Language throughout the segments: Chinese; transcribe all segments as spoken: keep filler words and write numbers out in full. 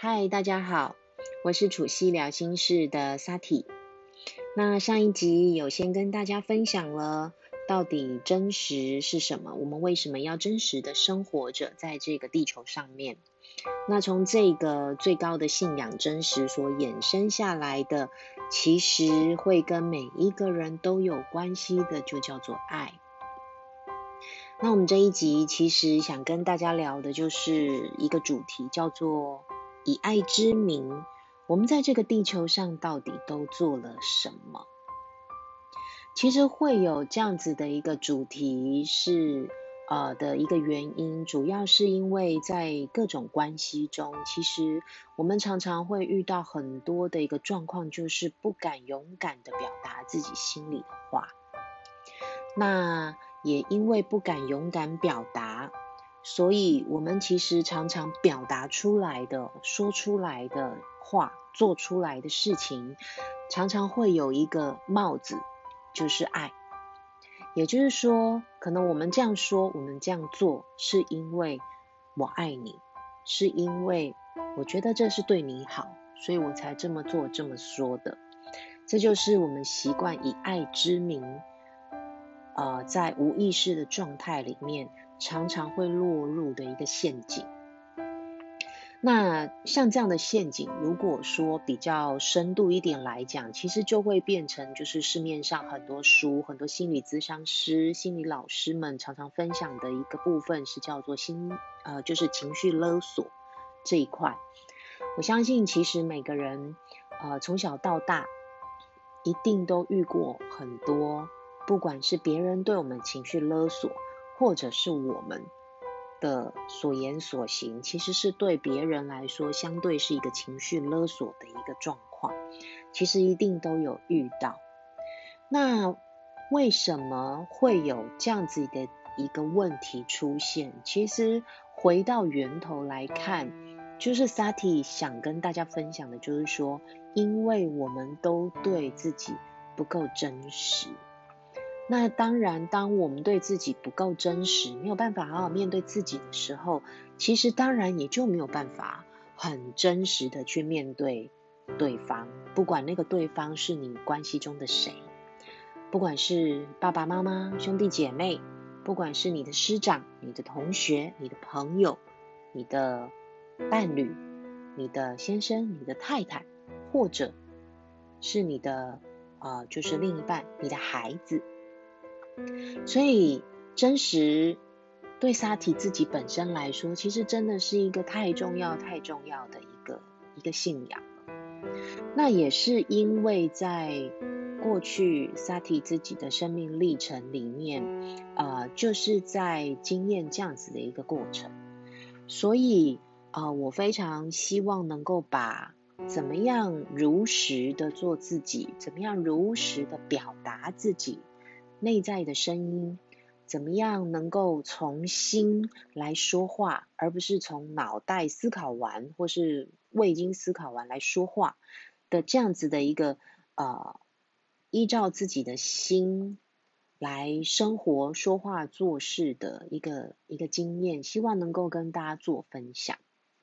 嗨，大家好，我是楚西聊心事的萨提。那上一集有先跟大家分享了到底真实是什么，我们为什么要真实的生活着在这个地球上面。那从这个最高的信仰真实所衍生下来的，其实会跟每一个人都有关系的，就叫做爱。那我们这一集其实想跟大家聊的就是一个主题，叫做以爱之名，我们在这个地球上到底都做了什么？其实会有这样子的一个主题是呃的一个原因，主要是因为在各种关系中，其实我们常常会遇到很多的一个状况，就是不敢勇敢的表达自己心里的话。那也因为不敢勇敢表达，所以我们其实常常表达出来的、说出来的话、做出来的事情，常常会有一个帽子，就是爱。也就是说，可能我们这样说，我们这样做，是因为我爱你，是因为我觉得这是对你好，所以我才这么做、这么说的。这就是我们习惯以爱之名，呃，在无意识的状态里面，常常会落入的一个陷阱。那像这样的陷阱，如果说比较深度一点来讲，其实就会变成就是市面上很多书、很多心理咨商师、心理老师们常常分享的一个部分，是叫做心呃，就是情绪勒索这一块。我相信其实每个人呃从小到大，一定都遇过很多，不管是别人对我们情绪勒索，或者是我们的所言所行，其实是对别人来说相对是一个情绪勒索的一个状况，其实一定都有遇到。那为什么会有这样子的一个问题出现？其实回到源头来看，就是萨提想跟大家分享的就是说，因为我们都对自己不够真实。那当然，当我们对自己不够真实，没有办法好好面对自己的时候，其实当然也就没有办法很真实的去面对对方，不管那个对方是你关系中的谁，不管是爸爸妈妈、兄弟姐妹，不管是你的师长、你的同学、你的朋友、你的伴侣、你的先生、你的太太，或者是你的呃，就是另一半、你的孩子。所以真实对萨提自己本身来说，其实真的是一个太重要、太重要的一个一个信仰了。那也是因为在过去萨提自己的生命历程里面，呃，就是在经验这样子的一个过程，所以呃，我非常希望能够把怎么样如实的做自己，怎么样如实的表达自己内在的声音，怎么样能够从心来说话，而不是从脑袋思考完或是未经思考完来说话的这样子的一个呃，依照自己的心来生活、说话、做事的一个一个经验，希望能够跟大家做分享。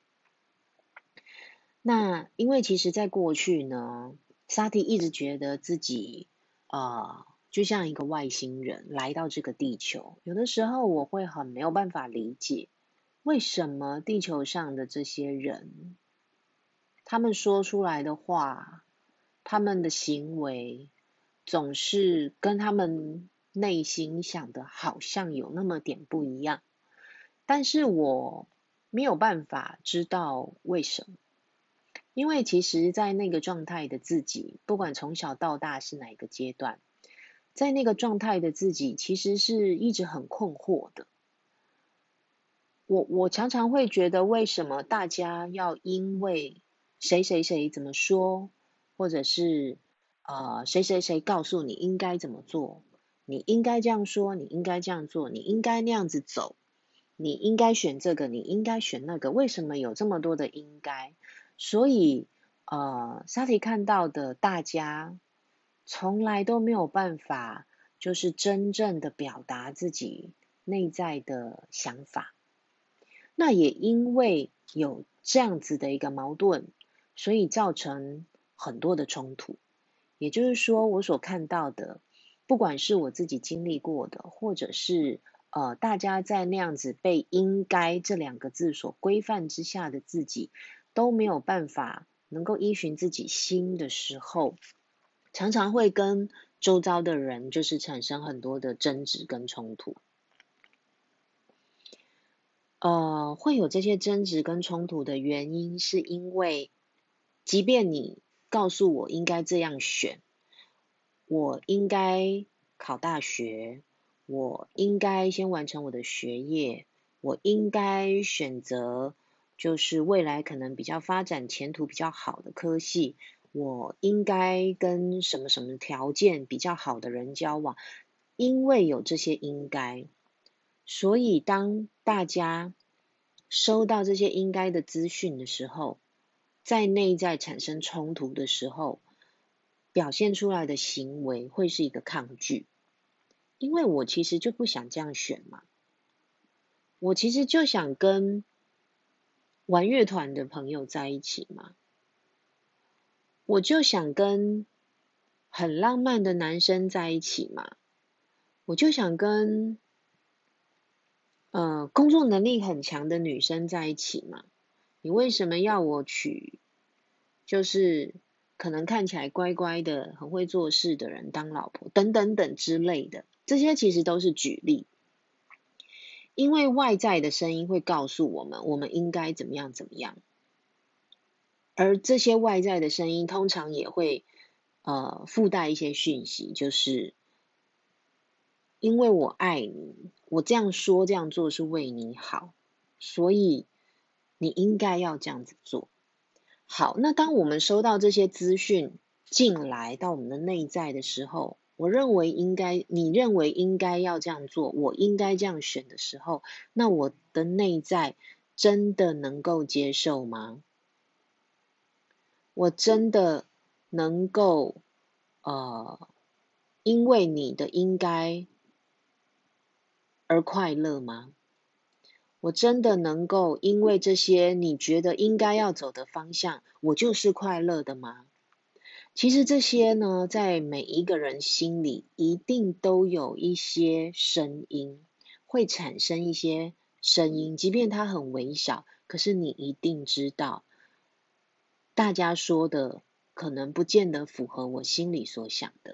那因为其实在过去呢，萨提一直觉得自己呃就像一个外星人来到这个地球，有的时候我会很没有办法理解，为什么地球上的这些人，他们说出来的话，他们的行为，总是跟他们内心想的好像有那么点不一样，但是我没有办法知道为什么。因为其实在那个状态的自己，不管从小到大是哪一个阶段，在那个状态的自己其实是一直很困惑的。我我常常会觉得，为什么大家要因为谁谁谁怎么说，或者是呃谁谁谁告诉你应该怎么做，你应该这样说，你应该这样做，你应该那样子走，你应该选这个，你应该选那个，为什么有这么多的应该？所以呃，萨提看到的大家从来都没有办法，就是真正的表达自己内在的想法。 那也因为有这样子的一个矛盾，所以造成很多的冲突。也就是说，我所看到的，不管是我自己经历过的，或者是呃大家在那样子被“应该”这两个字所规范之下的自己，都没有办法能够依循自己心的时候，常常会跟周遭的人就是产生很多的争执跟冲突。呃，会有这些争执跟冲突的原因，是因为即便你告诉我应该这样选，我应该考大学，我应该先完成我的学业，我应该选择就是未来可能比较发展前途比较好的科系，我应该跟什么什么条件比较好的人交往，因为有这些应该，所以当大家收到这些应该的资讯的时候，在内在产生冲突的时候，表现出来的行为会是一个抗拒，因为我其实就不想这样选嘛，我其实就想跟玩乐团的朋友在一起嘛，我就想跟很浪漫的男生在一起嘛，我就想跟呃工作能力很强的女生在一起嘛，你为什么要我娶就是可能看起来乖乖的、很会做事的人当老婆，等等等之类的，这些其实都是举例。因为外在的声音会告诉我们，我们应该怎么样怎么样，而这些外在的声音通常也会呃附带一些讯息，就是因为我爱你，我这样说这样做是为你好，所以你应该要这样子做。好，那当我们收到这些资讯进来到我们的内在的时候，我认为应该，你认为应该要这样做，我应该这样选的时候，那我的内在真的能够接受吗？我真的能够呃，因为你的应该而快乐吗？我真的能够因为这些你觉得应该要走的方向，我就是快乐的吗？其实这些呢，在每一个人心里一定都有一些声音，会产生一些声音，即便它很微小，可是你一定知道，大家说的可能不见得符合我心里所想的。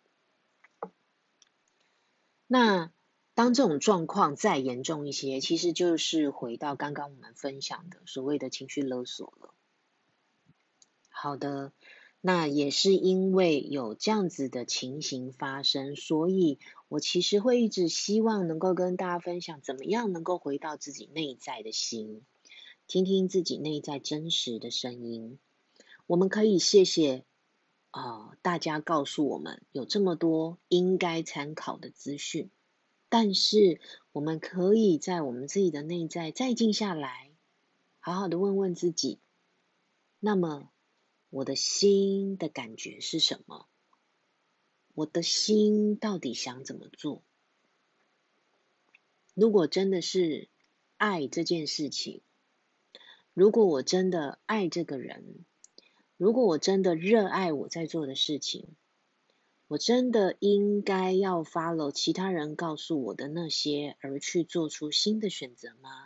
那当这种状况再严重一些，其实就是回到刚刚我们分享的所谓的情绪勒索了。好的，那也是因为有这样子的情形发生，所以我其实会一直希望能够跟大家分享，怎么样能够回到自己内在的心，听听自己内在真实的声音。我们可以谢谢呃大家告诉我们有这么多应该参考的资讯，但是我们可以在我们自己的内在再静下来，好好的问问自己，那么我的心的感觉是什么？我的心到底想怎么做？如果真的是爱这件事情，如果我真的爱这个人，如果我真的热爱我在做的事情，我真的应该要 follow 其他人告诉我的那些，而去做出新的选择吗？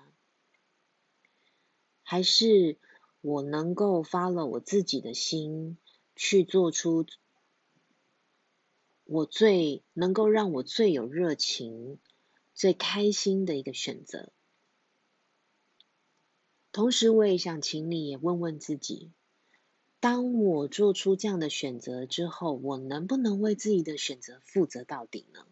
还是我能够 follow 我自己的心，去做出我最能够让我最有热情、最开心的一个选择。同时，我也想请你也问问自己，当我做出这样的选择之后，我能不能为自己的选择负责到底呢？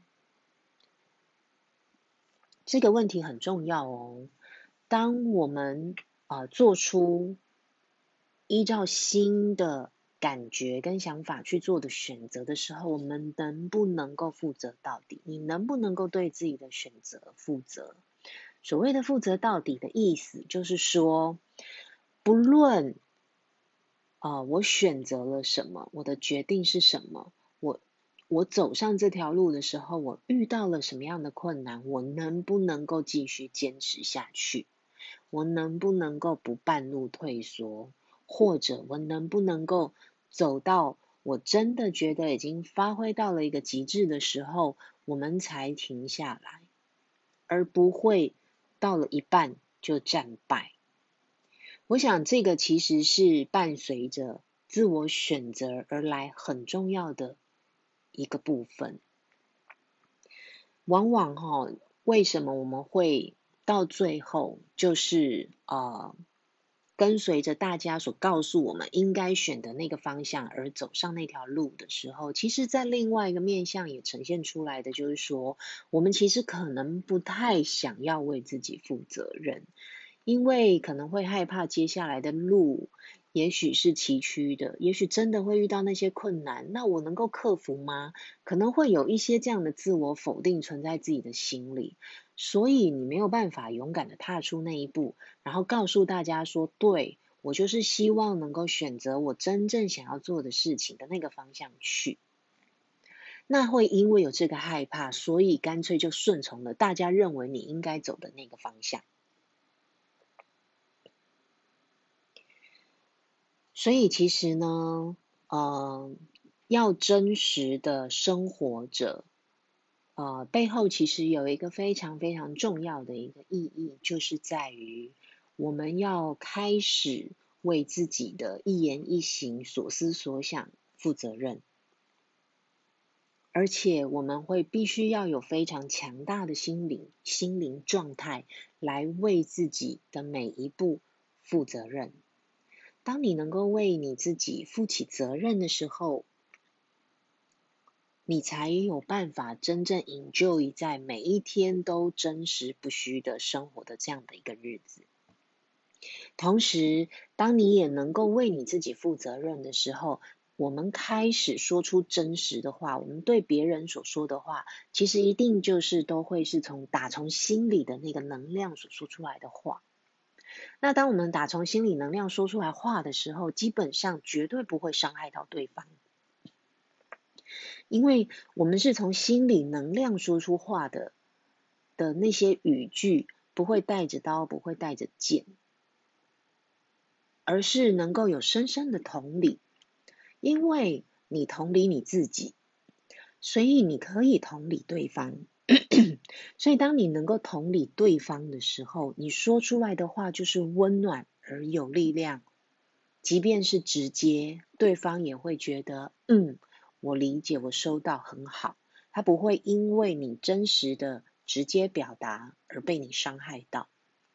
这个问题很重要哦。当我们呃做出依照新的感觉跟想法去做的选择的时候，我们能不能够负责到底？你能不能够对自己的选择负责？所谓的负责到底的意思，就是说，不论啊、呃我选择了什么，我的决定是什么，我我走上这条路的时候，我遇到了什么样的困难，我能不能够继续坚持下去？ 我能不能够不半路退缩，或者我能不能够走到我真的觉得已经发挥到了一个极致的时候，我们才停下来，而不会到了一半就战败。我想这个其实是伴随着自我选择而来很重要的一个部分。往往哈、哦，为什么我们会到最后就是呃跟随着大家所告诉我们应该选的那个方向而走上那条路的时候，其实在另外一个面向也呈现出来的就是说，我们其实可能不太想要为自己负责任。因为可能会害怕接下来的路也许是崎岖的，也许真的会遇到那些困难，那我能够克服吗？可能会有一些这样的自我否定存在自己的心里，所以你没有办法勇敢的踏出那一步，然后告诉大家说，对，我就是希望能够选择我真正想要做的事情的那个方向去。那会因为有这个害怕，所以干脆就顺从了大家认为你应该走的那个方向。所以其实呢，呃，要真实的生活着，呃，背后其实有一个非常非常重要的一个意义，就是在于我们要开始为自己的一言一行、所思所想负责任，而且我们会必须要有非常强大的心灵心灵状态，来为自己的每一步负责任。当你能够为你自己负起责任的时候，你才有办法真正 enjoy 在每一天都真实不虚的生活的这样的一个日子。同时，当你也能够为你自己负责任的时候，我们开始说出真实的话，我们对别人所说的话，其实一定就是都会是从打从心里的那个能量所说出来的话。那当我们打从心里能量说出来话的时候，基本上绝对不会伤害到对方，因为我们是从心里能量说出话的的那些语句，不会带着刀，不会带着剑，而是能够有深深的同理，因为你同理你自己，所以你可以同理对方。所以当你能够同理对方的时候，你说出来的话就是温暖而有力量，即便是直接，对方也会觉得嗯，我理解，我收到，很好，他不会因为你真实的直接表达而被你伤害到。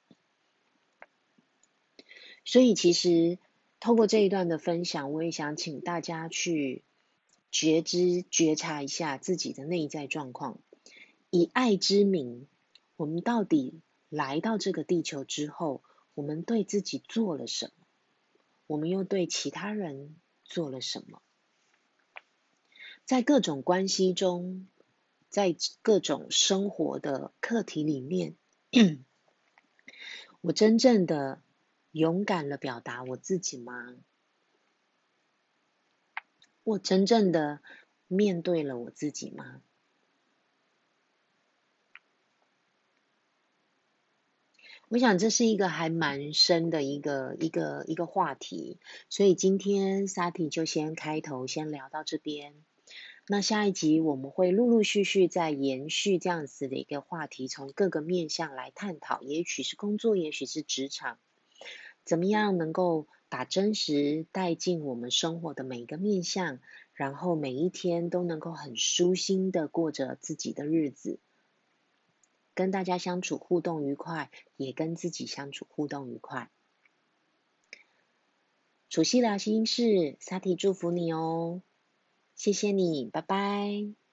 所以其实透过这一段的分享，我也想请大家去觉知觉察一下自己的内在状况，以爱之名，我们到底来到这个地球之后，我们对自己做了什么？我们又对其他人做了什么？在各种关系中，在各种生活的课题里面，我真正的勇敢地表达我自己吗？我真正的面对了我自己吗？我想这是一个还蛮深的一个一个一个话题，所以今天萨提就先开头先聊到这边。那下一集我们会陆陆续续再延续这样子的一个话题，从各个面向来探讨，也许是工作，也许是职场，怎么样能够把真实带进我们生活的每一个面向，然后每一天都能够很舒心的过着自己的日子。跟大家相处互动愉快，也跟自己相处互动愉快。楚西聊心事，萨提祝福你哦，谢谢你，拜拜。